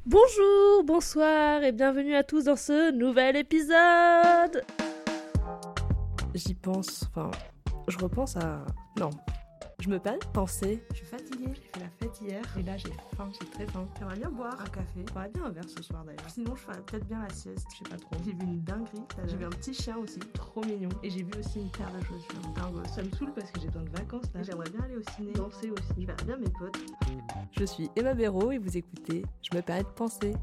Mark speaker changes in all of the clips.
Speaker 1: Bonjour, bonsoir et bienvenue à tous dans ce nouvel épisode. J'y pense, je repense à... Non, je me permets de penser.
Speaker 2: Je suis fatiguée, j'ai fait la fête hier et là j'ai faim, j'ai très faim. J'aimerais bien boire un café, j'aimerais bien un verre ce soir d'ailleurs. Sinon je ferais peut-être bien la sieste, je sais pas trop. J'ai vu une dinguerie, j'ai vu un petit chien aussi, trop mignon. Et j'ai vu aussi une paire de chaussures, dingue. Ça me saoule parce que j'ai besoin de vacances là. Et j'aimerais bien aller au ciné, danser aussi. Je verrais bien mes potes.
Speaker 1: Je suis Emma Béraud et vous écoutez Je me permets de penser.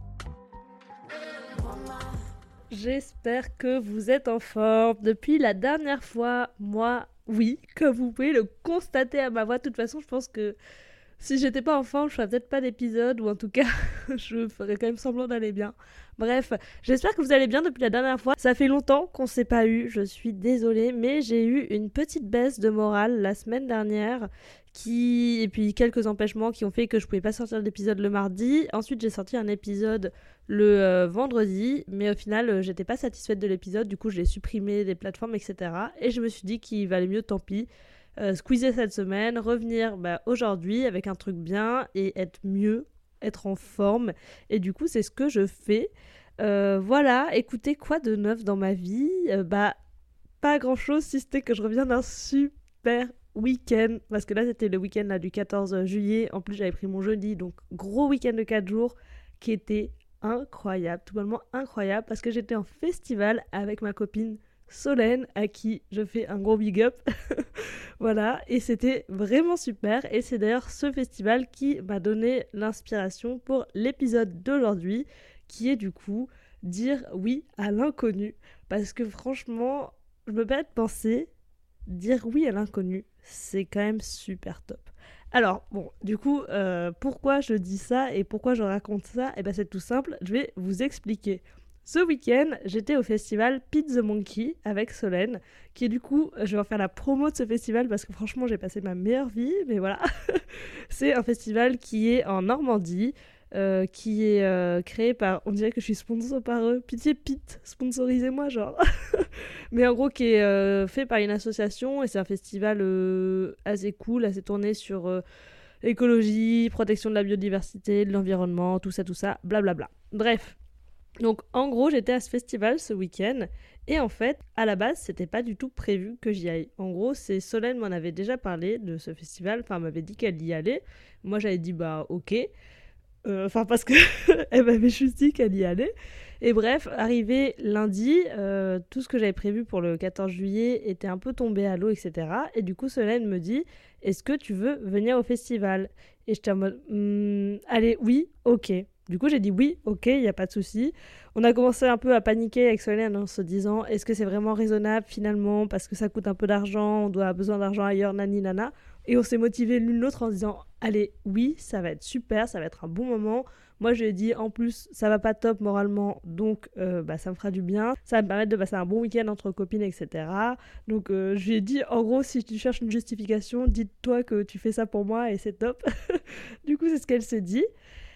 Speaker 1: J'espère que vous êtes en forme. Depuis la dernière fois, moi, oui, comme vous pouvez le constater à ma voix. De toute façon, je pense que si j'étais pas en forme, je ferais peut-être pas d'épisode, ou en tout cas, je ferais quand même semblant d'aller bien. Bref, j'espère que vous allez bien depuis la dernière fois. Ça fait longtemps qu'on s'est pas eu, je suis désolée, mais j'ai eu une petite baisse de morale la semaine dernière, et puis quelques empêchements qui ont fait que je pouvais pas sortir d'épisode le mardi. Ensuite, j'ai sorti un épisode le vendredi, mais au final, j'étais pas satisfaite de l'épisode, du coup, je l'ai supprimé des plateformes, etc. Et je me suis dit qu'il valait mieux, tant pis, squeezer cette semaine, revenir aujourd'hui avec un truc bien et être mieux, être en forme. Et du coup, c'est ce que je fais. Voilà, écoutez, quoi de neuf dans ma vie pas grand chose, si c'était que je reviens d'un super week-end. Parce que là, c'était le week-end là, du 14 juillet. En plus, j'avais pris mon jeudi, donc gros week-end de 4 jours qui était incroyable, tout bonnement incroyable, parce que j'étais en festival avec ma copine Solène, à qui je fais un gros big up. Voilà, et c'était vraiment super. Et c'est d'ailleurs ce festival qui m'a donné l'inspiration pour l'épisode d'aujourd'hui, qui est du coup dire oui à l'inconnu. Parce que franchement, je me permets de penser, dire oui à l'inconnu, c'est quand même super top. Alors, bon, du coup, pourquoi je dis ça et pourquoi je raconte ça? Eh ben, c'est tout simple, je vais vous expliquer. Ce week-end, j'étais au festival Pete the Monkey avec Solène, qui est du coup, je vais en faire la promo de ce festival parce que franchement, j'ai passé ma meilleure vie, mais voilà. C'est un festival qui est en Normandie, qui est créé par, on dirait que je suis sponsor par eux, pitié Pete, sponsorisez-moi, genre. Mais en gros, qui est fait par une association et c'est un festival assez cool, assez tourné sur écologie, protection de la biodiversité, de l'environnement, tout ça, blablabla. Bref. Donc en gros, j'étais à ce festival ce week-end et en fait, à la base, c'était pas du tout prévu que j'y aille. En gros, c'est Solène m'en avait déjà parlé de ce festival, enfin, elle m'avait dit qu'elle y allait. Moi, j'avais dit bah ok. Parce que elle m'avait juste dit qu'elle y allait. Et bref, arrivé lundi, tout ce que j'avais prévu pour le 14 juillet était un peu tombé à l'eau, etc. Et du coup, Solène me dit, est-ce que tu veux venir au festival? Et j'étais en mode, allez, oui, ok. Du coup, j'ai dit oui, ok, il n'y a pas de souci. On a commencé un peu à paniquer avec Solène en se disant, est-ce que c'est vraiment raisonnable finalement? Parce que ça coûte un peu d'argent, on doit avoir besoin d'argent ailleurs, nani nana. Et on s'est motivé l'une l'autre en se disant, allez, oui, ça va être super, ça va être un bon moment. Moi, je lui ai dit, en plus, ça va pas top moralement, donc ça me fera du bien. Ça va me permettre de passer un bon week-end entre copines, etc. Donc, je lui ai dit, en gros, si tu cherches une justification, dis-toi que tu fais ça pour moi et c'est top. Du coup, c'est ce qu'elle s'est dit.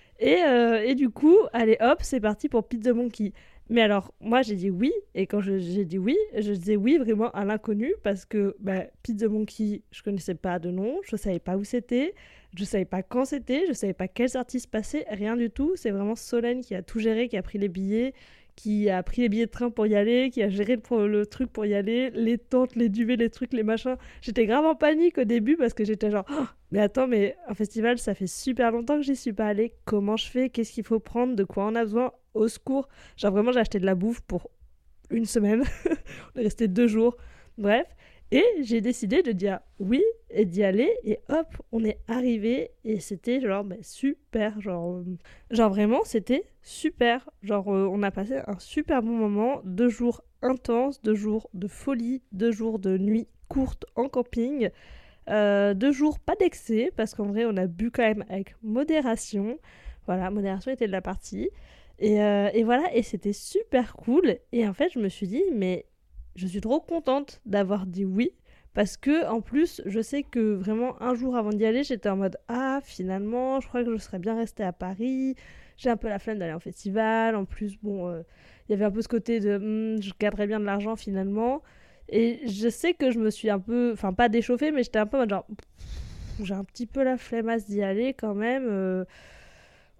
Speaker 1: Et du coup, allez hop, c'est parti pour Pete the Monkey. Mais alors, moi j'ai dit oui, et quand j'ai dit oui, je disais oui vraiment à l'inconnu, parce que Pete the Monkey, je connaissais pas de nom, je savais pas où c'était, je savais pas quand c'était, je savais pas quels artistes passaient, rien du tout. C'est vraiment Solène qui a tout géré, qui a pris les billets, qui a pris les billets de train pour y aller, qui a géré le truc pour y aller, les tentes, les duvets, les trucs, les machins. J'étais grave en panique au début parce que j'étais genre, oh, mais attends, mais un festival, ça fait super longtemps que j'y suis pas allée. Comment je fais? Qu'est-ce qu'il faut prendre? De quoi on a besoin? Au secours. Genre vraiment, j'ai acheté de la bouffe pour une semaine. On est resté 2 jours. Bref. Et j'ai décidé de dire oui et d'y aller. Et hop, on est arrivé. Et c'était genre super. Genre vraiment, c'était super. Genre on a passé un super bon moment. 2 jours intenses, 2 jours de folie, 2 jours de nuit courte en camping. 2 jours pas d'excès, parce qu'en vrai on a bu quand même avec modération. Voilà, modération était de la partie. Et voilà, et c'était super cool. Et en fait, je me suis dit, mais je suis trop contente d'avoir dit oui. Parce que, en plus, je sais que vraiment un jour avant d'y aller, j'étais en mode, ah, finalement, je crois que je serais bien restée à Paris. J'ai un peu la flemme d'aller en festival. En plus, bon, il y avait un peu ce côté de, je garderais bien de l'argent finalement. Et je sais que je me suis un peu, enfin pas déchauffée, mais j'étais un peu en mode genre, j'ai un petit peu la flemmasse d'y aller quand même.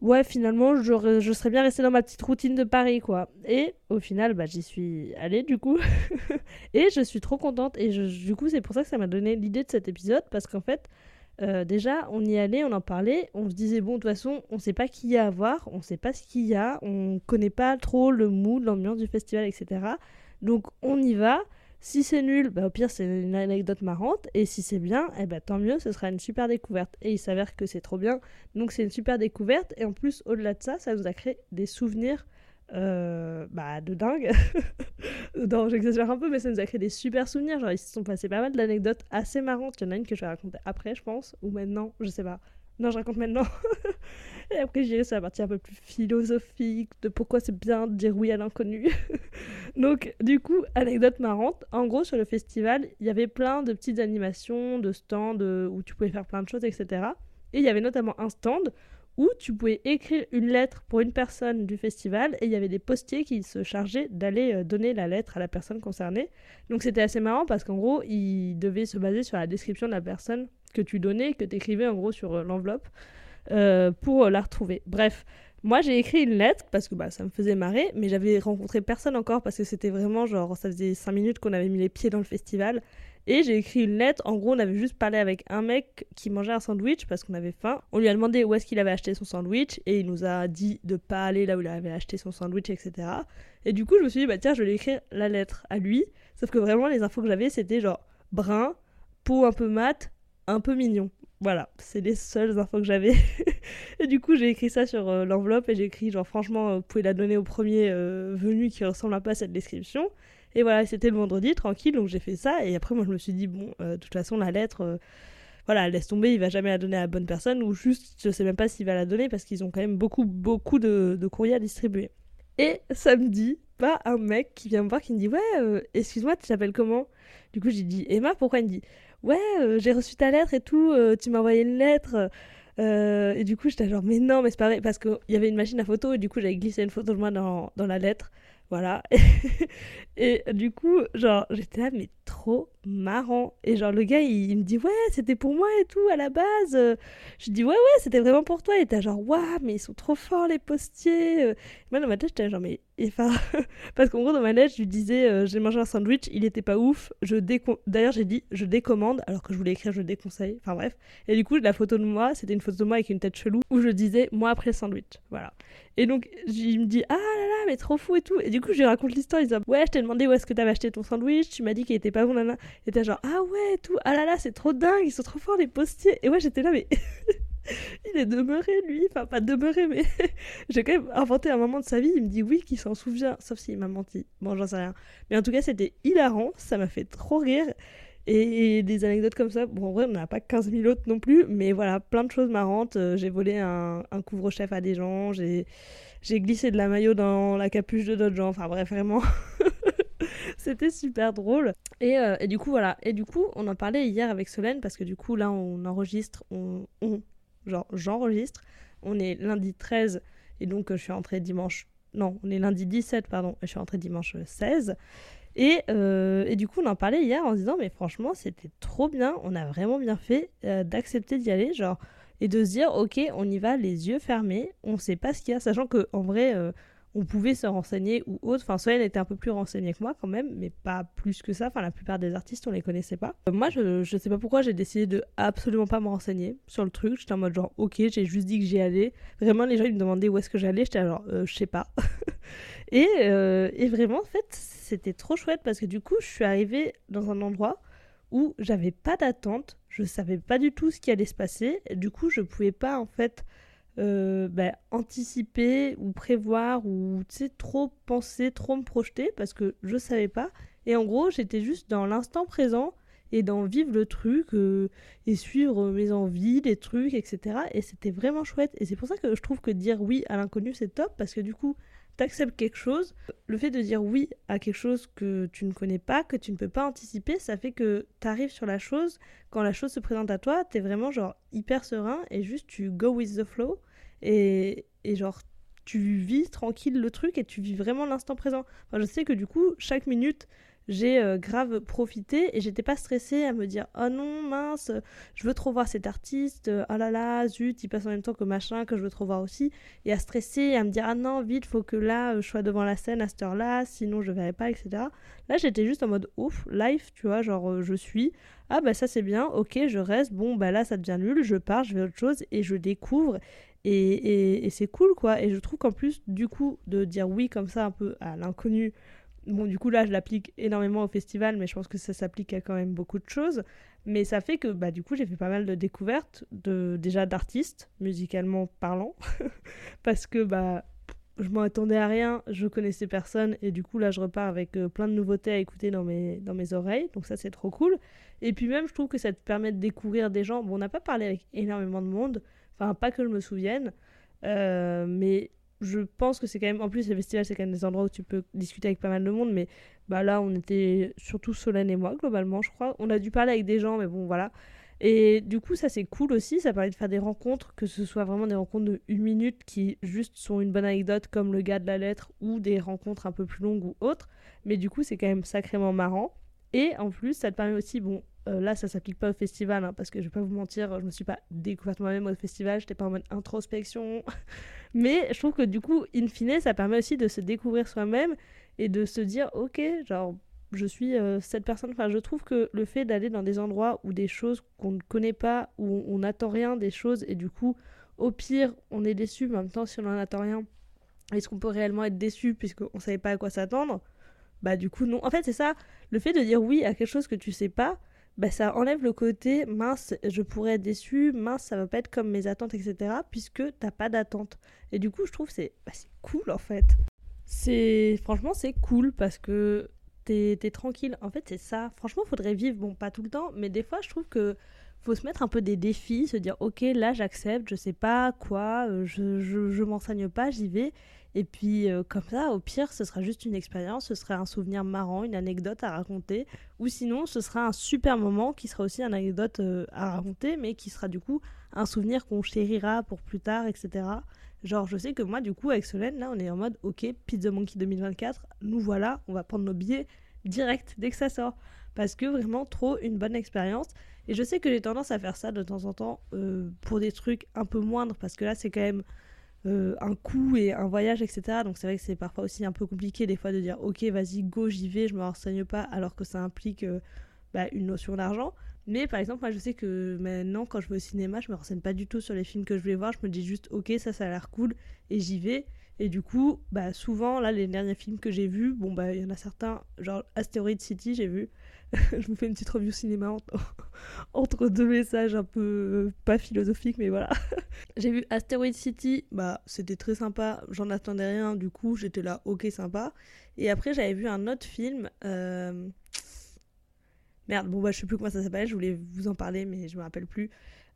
Speaker 1: ouais, finalement, je serais bien restée dans ma petite routine de Paris, quoi. Et au final, bah, j'y suis allée, du coup. Et je suis trop contente. Et du coup, c'est pour ça que ça m'a donné l'idée de cet épisode. Parce qu'en fait, déjà, on y allait, on en parlait. On se disait, bon, de toute façon, on sait pas qui y a à voir. On sait pas ce qu'il y a. On connaît pas trop le mood, l'ambiance du festival, etc. Donc, on y va. Si c'est nul, bah, au pire, c'est une anecdote marrante. Et si c'est bien, eh ben, tant mieux, ce sera une super découverte. Et il s'avère que c'est trop bien. Donc, c'est une super découverte. Et en plus, au-delà de ça, ça nous a créé des souvenirs de dingue. Non, j'exagère un peu, mais ça nous a créé des super souvenirs. Genre, ils se sont passés pas mal d'anecdotes assez marrantes. Il y en a une que je vais raconter après, je pense. Ou maintenant, je sais pas. Non, je raconte maintenant. Et après, j'irai sur la partie un peu plus philosophique de pourquoi c'est bien de dire oui à l'inconnu. Donc, du coup, anecdote marrante. En gros, sur le festival, il y avait plein de petites animations, de stands où tu pouvais faire plein de choses, etc. Et il y avait notamment un stand où tu pouvais écrire une lettre pour une personne du festival et il y avait des postiers qui se chargeaient d'aller donner la lettre à la personne concernée. Donc, c'était assez marrant parce qu'en gros, ils devaient se baser sur la description de la personne que tu donnais, que tu écrivais en gros sur l'enveloppe pour la retrouver. Bref, moi j'ai écrit une lettre parce que ça me faisait marrer, mais j'avais rencontré personne encore parce que c'était vraiment genre, ça faisait 5 minutes qu'on avait mis les pieds dans le festival. Et j'ai écrit une lettre, en gros on avait juste parlé avec un mec qui mangeait un sandwich parce qu'on avait faim. On lui a demandé où est-ce qu'il avait acheté son sandwich et il nous a dit de pas aller là où il avait acheté son sandwich, etc. Et du coup je me suis dit, tiens, je vais lui écrire la lettre à lui. Sauf que vraiment les infos que j'avais c'était genre brun, peau un peu mate, un peu mignon. Voilà, c'est les seules infos que j'avais. Et du coup, j'ai écrit ça sur l'enveloppe et j'ai écrit genre franchement, vous pouvez la donner au premier venu qui ressemble un peu à cette description. Et voilà, c'était le vendredi, tranquille, donc j'ai fait ça. Et après, moi, je me suis dit, bon, de toute façon, la lettre, voilà, laisse tomber, il va jamais la donner à la bonne personne ou juste, je sais même pas s'il va la donner parce qu'ils ont quand même beaucoup de courriers à distribuer. Et samedi, pas un mec qui vient me voir qui me dit, ouais, excuse-moi, tu t'appelles comment? Du coup, j'ai dit, Emma, pourquoi? Il me dit, ouais, j'ai reçu ta lettre et tout, tu m'as envoyé une lettre. Et du coup, j'étais genre, mais non, mais c'est pas vrai, parce qu'il y avait une machine à photo et du coup, j'avais glissé une photo de moi dans la lettre. Voilà. Et du coup, genre, j'étais là, mais trop marrant. Et genre, le gars, il me dit, ouais, c'était pour moi et tout, à la base. Je dis, ouais, c'était vraiment pour toi. Et t'es genre, waouh, mais ils sont trop forts, les postiers. Moi, dans ma tête, j'étais genre, mais. Enfin. Parce qu'en gros, dans ma lettre, je lui disais, j'ai mangé un sandwich, il était pas ouf. D'ailleurs, j'ai dit, je décommande, alors que je voulais écrire, je déconseille. Enfin, bref. Et du coup, la photo de moi, c'était une photo de moi avec une tête chelou, où je disais, moi après le sandwich. Voilà. Et donc, il me dit, ah là là, mais trop fou et tout. Et du coup, je lui raconte l'histoire. Il dit, ouais, je t'ai demandé où est-ce que t'avais acheté ton sandwich. Tu m'as dit qu'il était pas bon, nana. Et t'es genre, ah ouais, tout. Ah là là, c'est trop dingue. Ils sont trop forts, les postiers. Et ouais, j'étais là, mais. Il est demeuré, lui. Enfin, pas demeuré, mais. J'ai quand même inventé un moment de sa vie. Il me dit oui, qu'il s'en souvient. Sauf s'il m'a menti. Bon, j'en sais rien. Mais en tout cas, c'était hilarant. Ça m'a fait trop rire. Et des anecdotes comme ça, bon en vrai on n'en a pas 15 000 autres non plus, mais voilà, plein de choses marrantes. J'ai volé un couvre-chef à des gens, j'ai glissé de la maillot dans la capuche de d'autres gens, enfin bref, vraiment, c'était super drôle. Et du coup voilà, et du coup on en parlait hier avec Solène, parce que du coup là on enregistre, j'enregistre, on est lundi 13, et donc je suis rentrée dimanche, non, on est lundi 17, pardon, et je suis rentrée dimanche 16. Et du coup, on en parlait hier en se disant, mais franchement, c'était trop bien, on a vraiment bien fait d'accepter d'y aller, genre, et de se dire, ok, on y va les yeux fermés, on sait pas ce qu'il y a, sachant qu'en vrai, on pouvait se renseigner ou autre. Enfin, Solène était un peu plus renseignée que moi quand même, mais pas plus que ça. Enfin, la plupart des artistes, on les connaissait pas. Moi, je sais pas pourquoi j'ai décidé de absolument pas me renseigner sur le truc. J'étais en mode genre, ok, j'ai juste dit que j'y allais. Vraiment, les gens, ils me demandaient où est-ce que j'allais. J'étais genre, je sais pas. Et vraiment, en fait, c'était trop chouette parce que du coup, je suis arrivée dans un endroit où j'avais pas d'attente. Je savais pas du tout ce qui allait se passer. Et du coup, je pouvais pas, en fait, anticiper ou prévoir ou trop penser, trop me projeter parce que je savais pas. Et en gros, j'étais juste dans l'instant présent et dans vivre le truc et suivre mes envies, les trucs, etc. Et c'était vraiment chouette. Et c'est pour ça que je trouve que dire oui à l'inconnu, c'est top parce que du coup, t'acceptes quelque chose. Le fait de dire oui à quelque chose que tu ne connais pas, que tu ne peux pas anticiper, ça fait que t'arrives sur la chose. Quand la chose se présente à toi, t'es vraiment genre hyper serein et juste tu go with the flow et genre tu vis tranquille le truc et tu vis vraiment l'instant présent. Enfin, je sais que du coup, chaque minute, j'ai grave profité et j'étais pas stressée à me dire oh non mince, je veux trop voir cet artiste, oh là là zut il passe en même temps que machin que je veux trop voir aussi, et à stresser et à me dire ah non vite faut que là je sois devant la scène à cette heure là sinon je verrai pas, etc. Là j'étais juste en mode ouf live, tu vois, genre je suis ah bah ça c'est bien, ok je reste, bon bah là ça devient nul, je pars, je vais à autre chose et je découvre. Et c'est cool quoi, et je trouve qu'en plus du coup de dire oui comme ça un peu à l'inconnu. Bon, du coup, là, je l'applique énormément au festival, mais je pense que ça s'applique à quand même beaucoup de choses. Mais ça fait que, bah, du coup, j'ai fait pas mal de découvertes, déjà d'artistes, musicalement parlant, parce que, bah, je m'en attendais à rien, je connaissais personne, et du coup, là, je repars avec plein de nouveautés à écouter dans mes oreilles, donc ça, c'est trop cool. Et puis même, je trouve que ça te permet de découvrir des gens. Bon, on n'a pas parlé avec énormément de monde, enfin, pas que je me souvienne, mais je pense que c'est quand même, en plus les festivals c'est quand même des endroits où tu peux discuter avec pas mal de monde, mais bah là on était surtout Solène et moi globalement je crois, on a dû parler avec des gens mais bon voilà, et du coup ça c'est cool aussi, ça permet de faire des rencontres, que ce soit vraiment des rencontres de 1 minute qui juste sont une bonne anecdote comme le gars de la lettre, ou des rencontres un peu plus longues ou autres, mais du coup c'est quand même sacrément marrant. Et en plus ça te permet aussi, bon là ça s'applique pas au festival hein, parce que je vais pas vous mentir, je me suis pas découverte moi-même au festival, j'étais pas en mode introspection. Mais je trouve que du coup, in fine, ça permet aussi de se découvrir soi-même et de se dire, ok, genre, je suis cette personne. Enfin, je trouve que le fait d'aller dans des endroits où des choses qu'on ne connaît pas, où on n'attend rien des choses, et du coup, au pire, on est déçu, mais en même temps, si on n'en attend rien, est-ce qu'on peut réellement être déçu puisqu'on ne savait pas à quoi s'attendre? Bah, du coup, non. En fait, c'est ça, le fait de dire oui à quelque chose que tu sais pas, bah, ça enlève le côté mince, je pourrais être déçu, mince, ça va pas être comme mes attentes, etc. puisque t'as pas d'attente. Et du coup, je trouve que c'est cool en fait. Franchement, c'est cool parce que t'es tranquille. En fait, c'est ça. Franchement, faudrait vivre, bon, pas tout le temps, mais des fois, je trouve que faut se mettre un peu des défis, se dire, ok, là, j'accepte, je sais pas quoi, je m'enseigne pas, j'y vais. Et puis, comme ça, au pire, ce sera juste une expérience, ce sera un souvenir marrant, une anecdote à raconter. Ou sinon, ce sera un super moment qui sera aussi une anecdote à raconter, mais qui sera du coup un souvenir qu'on chérira pour plus tard, etc. Genre, je sais que moi, du coup, avec Solène, là, on est en mode, ok, Pizza Monkey 2024, nous voilà, on va prendre nos billets direct dès que ça sort. Parce que vraiment, trop une bonne expérience. Et je sais que j'ai tendance à faire ça de temps en temps pour des trucs un peu moindres, parce que là, c'est quand même un coût et un voyage, etc. Donc c'est vrai que c'est parfois aussi un peu compliqué des fois de dire, ok, vas-y, go, j'y vais, je me renseigne pas, alors que ça implique une notion d'argent. Mais par exemple, moi je sais que maintenant quand je vais au cinéma, je me renseigne pas du tout sur les films que je vais voir, je me dis juste ok, ça a l'air cool et j'y vais. Et du coup, bah souvent là les derniers films que j'ai vus, bon bah il y en a certains, genre Asteroid City, j'ai vu. Je vous fais une petite review cinéma entre deux messages un peu pas philosophiques, mais voilà. J'ai vu Asteroid City, bah c'était très sympa, j'en attendais rien, du coup j'étais là ok sympa. Et après j'avais vu un autre film. Merde, bon bah je sais plus comment ça s'appelle, je voulais vous en parler mais je me rappelle plus.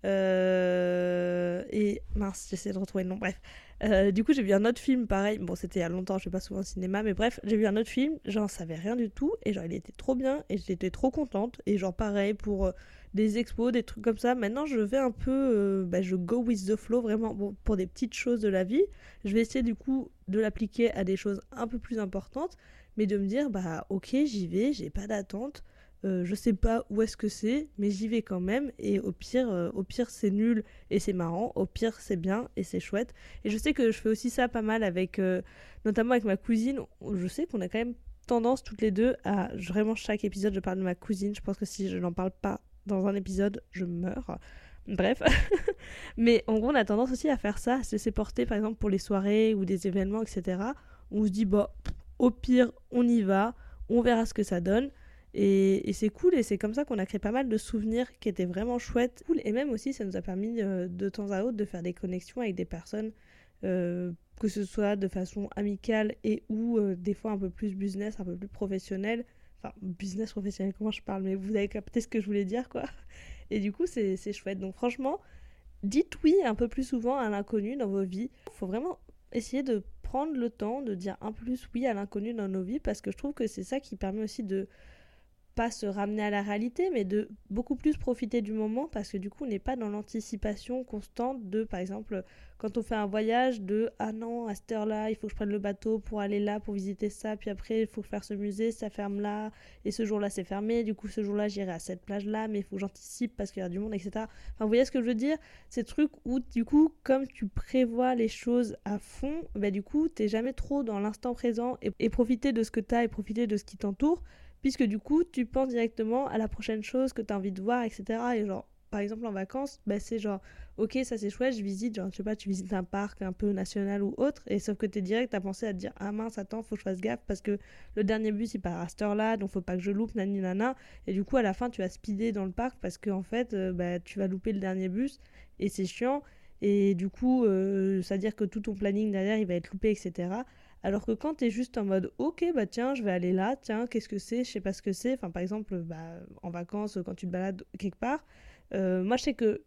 Speaker 1: Et mince, j'essaie de retrouver le nom, bref. Du coup j'ai vu un autre film pareil, bon c'était il y a longtemps, je vais pas souvent au cinéma, mais bref, j'ai vu un autre film, j'en savais rien du tout, et genre il était trop bien, et j'étais trop contente, et genre pareil pour des expos, des trucs comme ça, maintenant je vais un peu, je go with the flow, vraiment, bon, pour des petites choses de la vie, je vais essayer du coup de l'appliquer à des choses un peu plus importantes, mais de me dire, bah ok j'y vais, j'ai pas d'attente, je sais pas où est-ce que c'est, mais j'y vais quand même. Et au pire c'est nul et c'est marrant. Au pire c'est bien et c'est chouette. Et je sais que je fais aussi ça pas mal avec, notamment avec ma cousine. Je sais qu'on a quand même tendance toutes les deux à vraiment chaque épisode je parle de ma cousine. Je pense que si je n'en parle pas dans un épisode, je meurs. Bref, mais en gros on a tendance aussi à faire ça, à se laisser porter par exemple pour les soirées ou des événements, etc. On se dit bah au pire on y va, on verra ce que ça donne. Et c'est cool, et c'est comme ça qu'on a créé pas mal de souvenirs qui étaient vraiment chouettes. Cool. Et même aussi, ça nous a permis de temps à autre de faire des connexions avec des personnes, que ce soit de façon amicale et ou des fois un peu plus business, un peu plus professionnel. Enfin, business professionnel, comment je parle, mais vous avez capté ce que je voulais dire, quoi. Et du coup, c'est chouette. Donc franchement, dites oui un peu plus souvent à l'inconnu dans vos vies. Il faut vraiment essayer de prendre le temps de dire un peu plus oui à l'inconnu dans nos vies, parce que je trouve que c'est ça qui permet aussi de pas se ramener à la réalité, mais de beaucoup plus profiter du moment parce que du coup, on n'est pas dans l'anticipation constante de, par exemple, quand on fait un voyage, de « Ah non, à cette heure-là, il faut que je prenne le bateau pour aller là, pour visiter ça, puis après, il faut faire ce musée, ça ferme là, et ce jour-là, c'est fermé, du coup, ce jour-là, j'irai à cette plage-là, mais il faut que j'anticipe parce qu'il y a du monde, etc. » Enfin, vous voyez ce que je veux dire? Ces trucs où, du coup, comme tu prévois les choses à fond, bah, du coup, t'es jamais trop dans l'instant présent et profiter de ce que t'as et profiter de ce qui t'entoure, puisque du coup, tu penses directement à la prochaine chose que tu as envie de voir, etc. Et genre, par exemple, en vacances, bah, c'est genre, ok, ça c'est chouette, je visite, genre, je sais pas, tu visites un parc un peu national ou autre, et sauf que t'es direct, t'as pensé à te dire, ah mince, attends, faut que je fasse gaffe, parce que le dernier bus, il part à cette heure-là, donc faut pas que je loupe, nani nana, et du coup, à la fin, tu vas speeder dans le parc, parce que en fait, bah, tu vas louper le dernier bus, et c'est chiant, et du coup, c'est-à-dire que tout ton planning derrière, il va être loupé, etc. Alors que quand t'es juste en mode ok bah tiens je vais aller là, tiens qu'est-ce que c'est, je sais pas ce que c'est, enfin par exemple bah, en vacances quand tu te balades quelque part, moi je sais que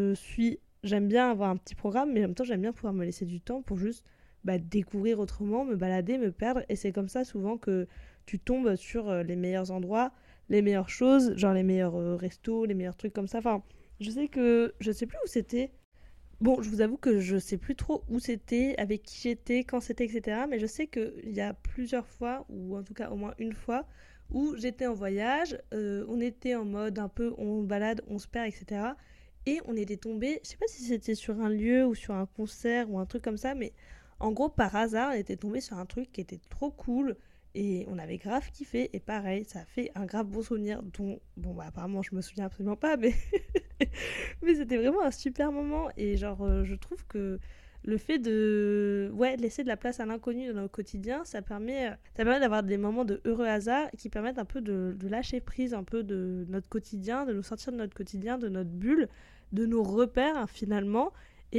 Speaker 1: j'aime bien avoir un petit programme mais en même temps j'aime bien pouvoir me laisser du temps pour juste bah, découvrir autrement, me balader, me perdre et c'est comme ça souvent que tu tombes sur les meilleurs endroits, les meilleures choses, genre les meilleurs restos, les meilleurs trucs comme ça, enfin je sais que je sais plus où c'était. Bon, je vous avoue que je sais plus trop où c'était, avec qui j'étais, quand c'était, etc. Mais je sais qu'il y a plusieurs fois, ou en tout cas au moins une fois, où j'étais en voyage, on était en mode un peu, on balade, on se perd, etc. Et on était tombé, je sais pas si c'était sur un lieu ou sur un concert ou un truc comme ça, mais en gros, par hasard, on était tombé sur un truc qui était trop cool. Et on avait grave kiffé, et pareil, ça a fait un grave bon souvenir dont, bon bah apparemment je me souviens absolument pas, mais mais c'était vraiment un super moment et genre je trouve que le fait de ouais, laisser de la place à l'inconnu dans notre quotidien, ça permet d'avoir des moments de heureux hasard qui permettent un peu de lâcher prise un peu de notre quotidien, de nous sortir de notre quotidien, de notre bulle, de nos repères hein, finalement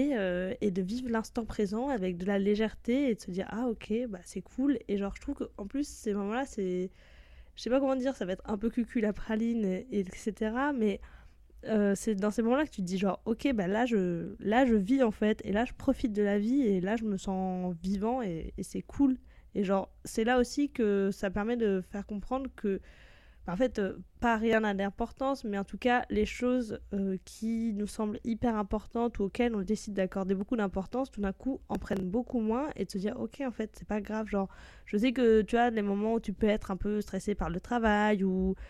Speaker 1: et de vivre l'instant présent avec de la légèreté et de se dire ah ok bah c'est cool et genre je trouve qu'en plus ces moments-là c'est je sais pas comment dire, ça va être un peu cucul la praline etc mais c'est dans ces moments-là que tu te dis genre ok bah là je vis en fait et là je profite de la vie et là je me sens vivant et c'est cool et genre c'est là aussi que ça permet de faire comprendre que bah, en fait pas rien n'a d'importance mais en tout cas les choses qui nous semblent hyper importantes ou auxquelles on décide d'accorder beaucoup d'importance tout d'un coup en prennent beaucoup moins et de se dire ok en fait c'est pas grave genre je sais que tu as des moments où tu peux être un peu stressé par le travail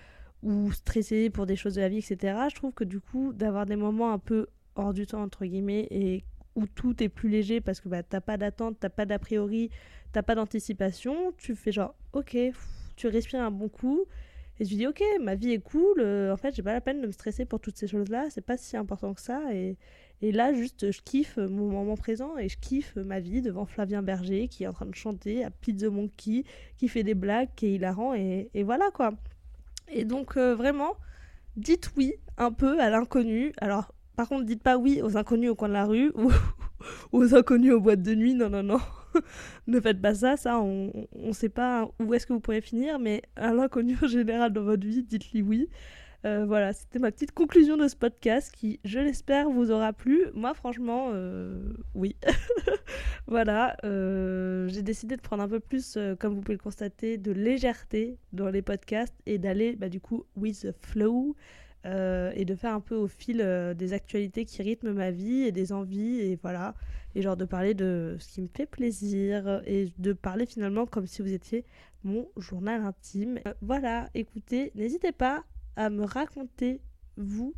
Speaker 1: ou stressé pour des choses de la vie, etc. Je trouve que du coup, d'avoir des moments un peu hors du temps, entre guillemets, et où tout est plus léger parce que bah, t'as pas d'attente, t'as pas d'a priori, t'as pas d'anticipation, tu fais genre, ok, tu respires un bon coup, et tu dis, ok, ma vie est cool, en fait, j'ai pas la peine de me stresser pour toutes ces choses-là, c'est pas si important que ça, et là, juste, je kiffe mon moment présent et je kiffe ma vie devant Flavien Berger qui est en train de chanter à Pizza Monkey, qui fait des blagues, qui est hilarant, et voilà quoi. Et donc vraiment, dites oui un peu à l'inconnu. Alors par contre, dites pas oui aux inconnus au coin de la rue ou aux inconnus aux boîtes de nuit. Non, non, non. Ne faites pas ça, on sait pas où est-ce que vous pourrez finir, mais à l'inconnu en général dans votre vie, dites-lui oui. Voilà, c'était ma petite conclusion de ce podcast qui, je l'espère, vous aura plu. Moi, franchement, oui. Voilà, j'ai décidé de prendre un peu plus, comme vous pouvez le constater, de légèreté dans les podcasts et d'aller bah, du coup with the flow et de faire un peu au fil des actualités qui rythment ma vie et des envies et voilà. Et genre de parler de ce qui me fait plaisir et de parler finalement comme si vous étiez mon journal intime. Voilà, écoutez, n'hésitez pas à me raconter, vous,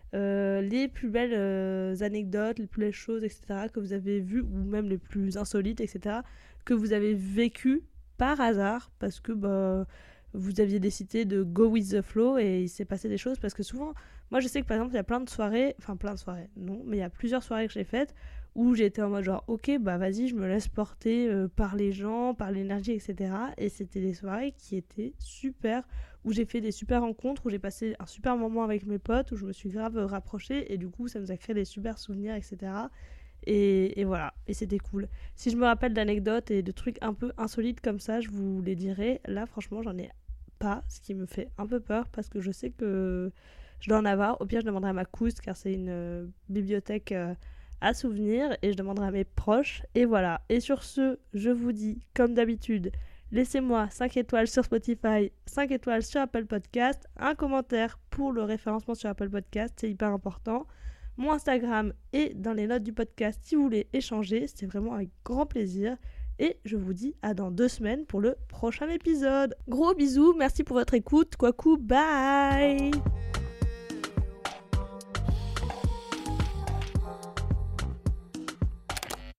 Speaker 1: les plus belles anecdotes, les plus belles choses, etc., que vous avez vues, ou même les plus insolites, etc., que vous avez vécues par hasard, parce que bah, vous aviez décidé de go with the flow et il s'est passé des choses. Parce que souvent, moi je sais que par exemple, il y a plein de soirées, non, mais il y a plusieurs soirées que j'ai faites où j'étais en mode genre, ok, bah vas-y, je me laisse porter par les gens, par l'énergie, etc. Et c'était des soirées qui étaient super, où j'ai fait des super rencontres, où j'ai passé un super moment avec mes potes, où je me suis grave rapprochée, et du coup, ça nous a créé des super souvenirs, etc. Et voilà, et c'était cool. Si je me rappelle d'anecdotes et de trucs un peu insolites comme ça, je vous les dirai. Là, franchement, j'en ai pas, ce qui me fait un peu peur, parce que je sais que je dois en avoir. Au pire, je demanderai à ma cousine, car c'est une bibliothèque à souvenirs, et je demanderai à mes proches, et voilà. Et sur ce, je vous dis, comme d'habitude, Laissez-moi 5 étoiles sur Spotify, 5 étoiles sur Apple Podcast, un commentaire pour le référencement sur Apple Podcast, c'est hyper important. Mon Instagram est dans les notes du podcast si vous voulez échanger, c'est vraiment avec grand plaisir. Et je vous dis à dans 2 semaines pour le prochain épisode. Gros bisous, merci pour votre écoute. Kwaku, bye!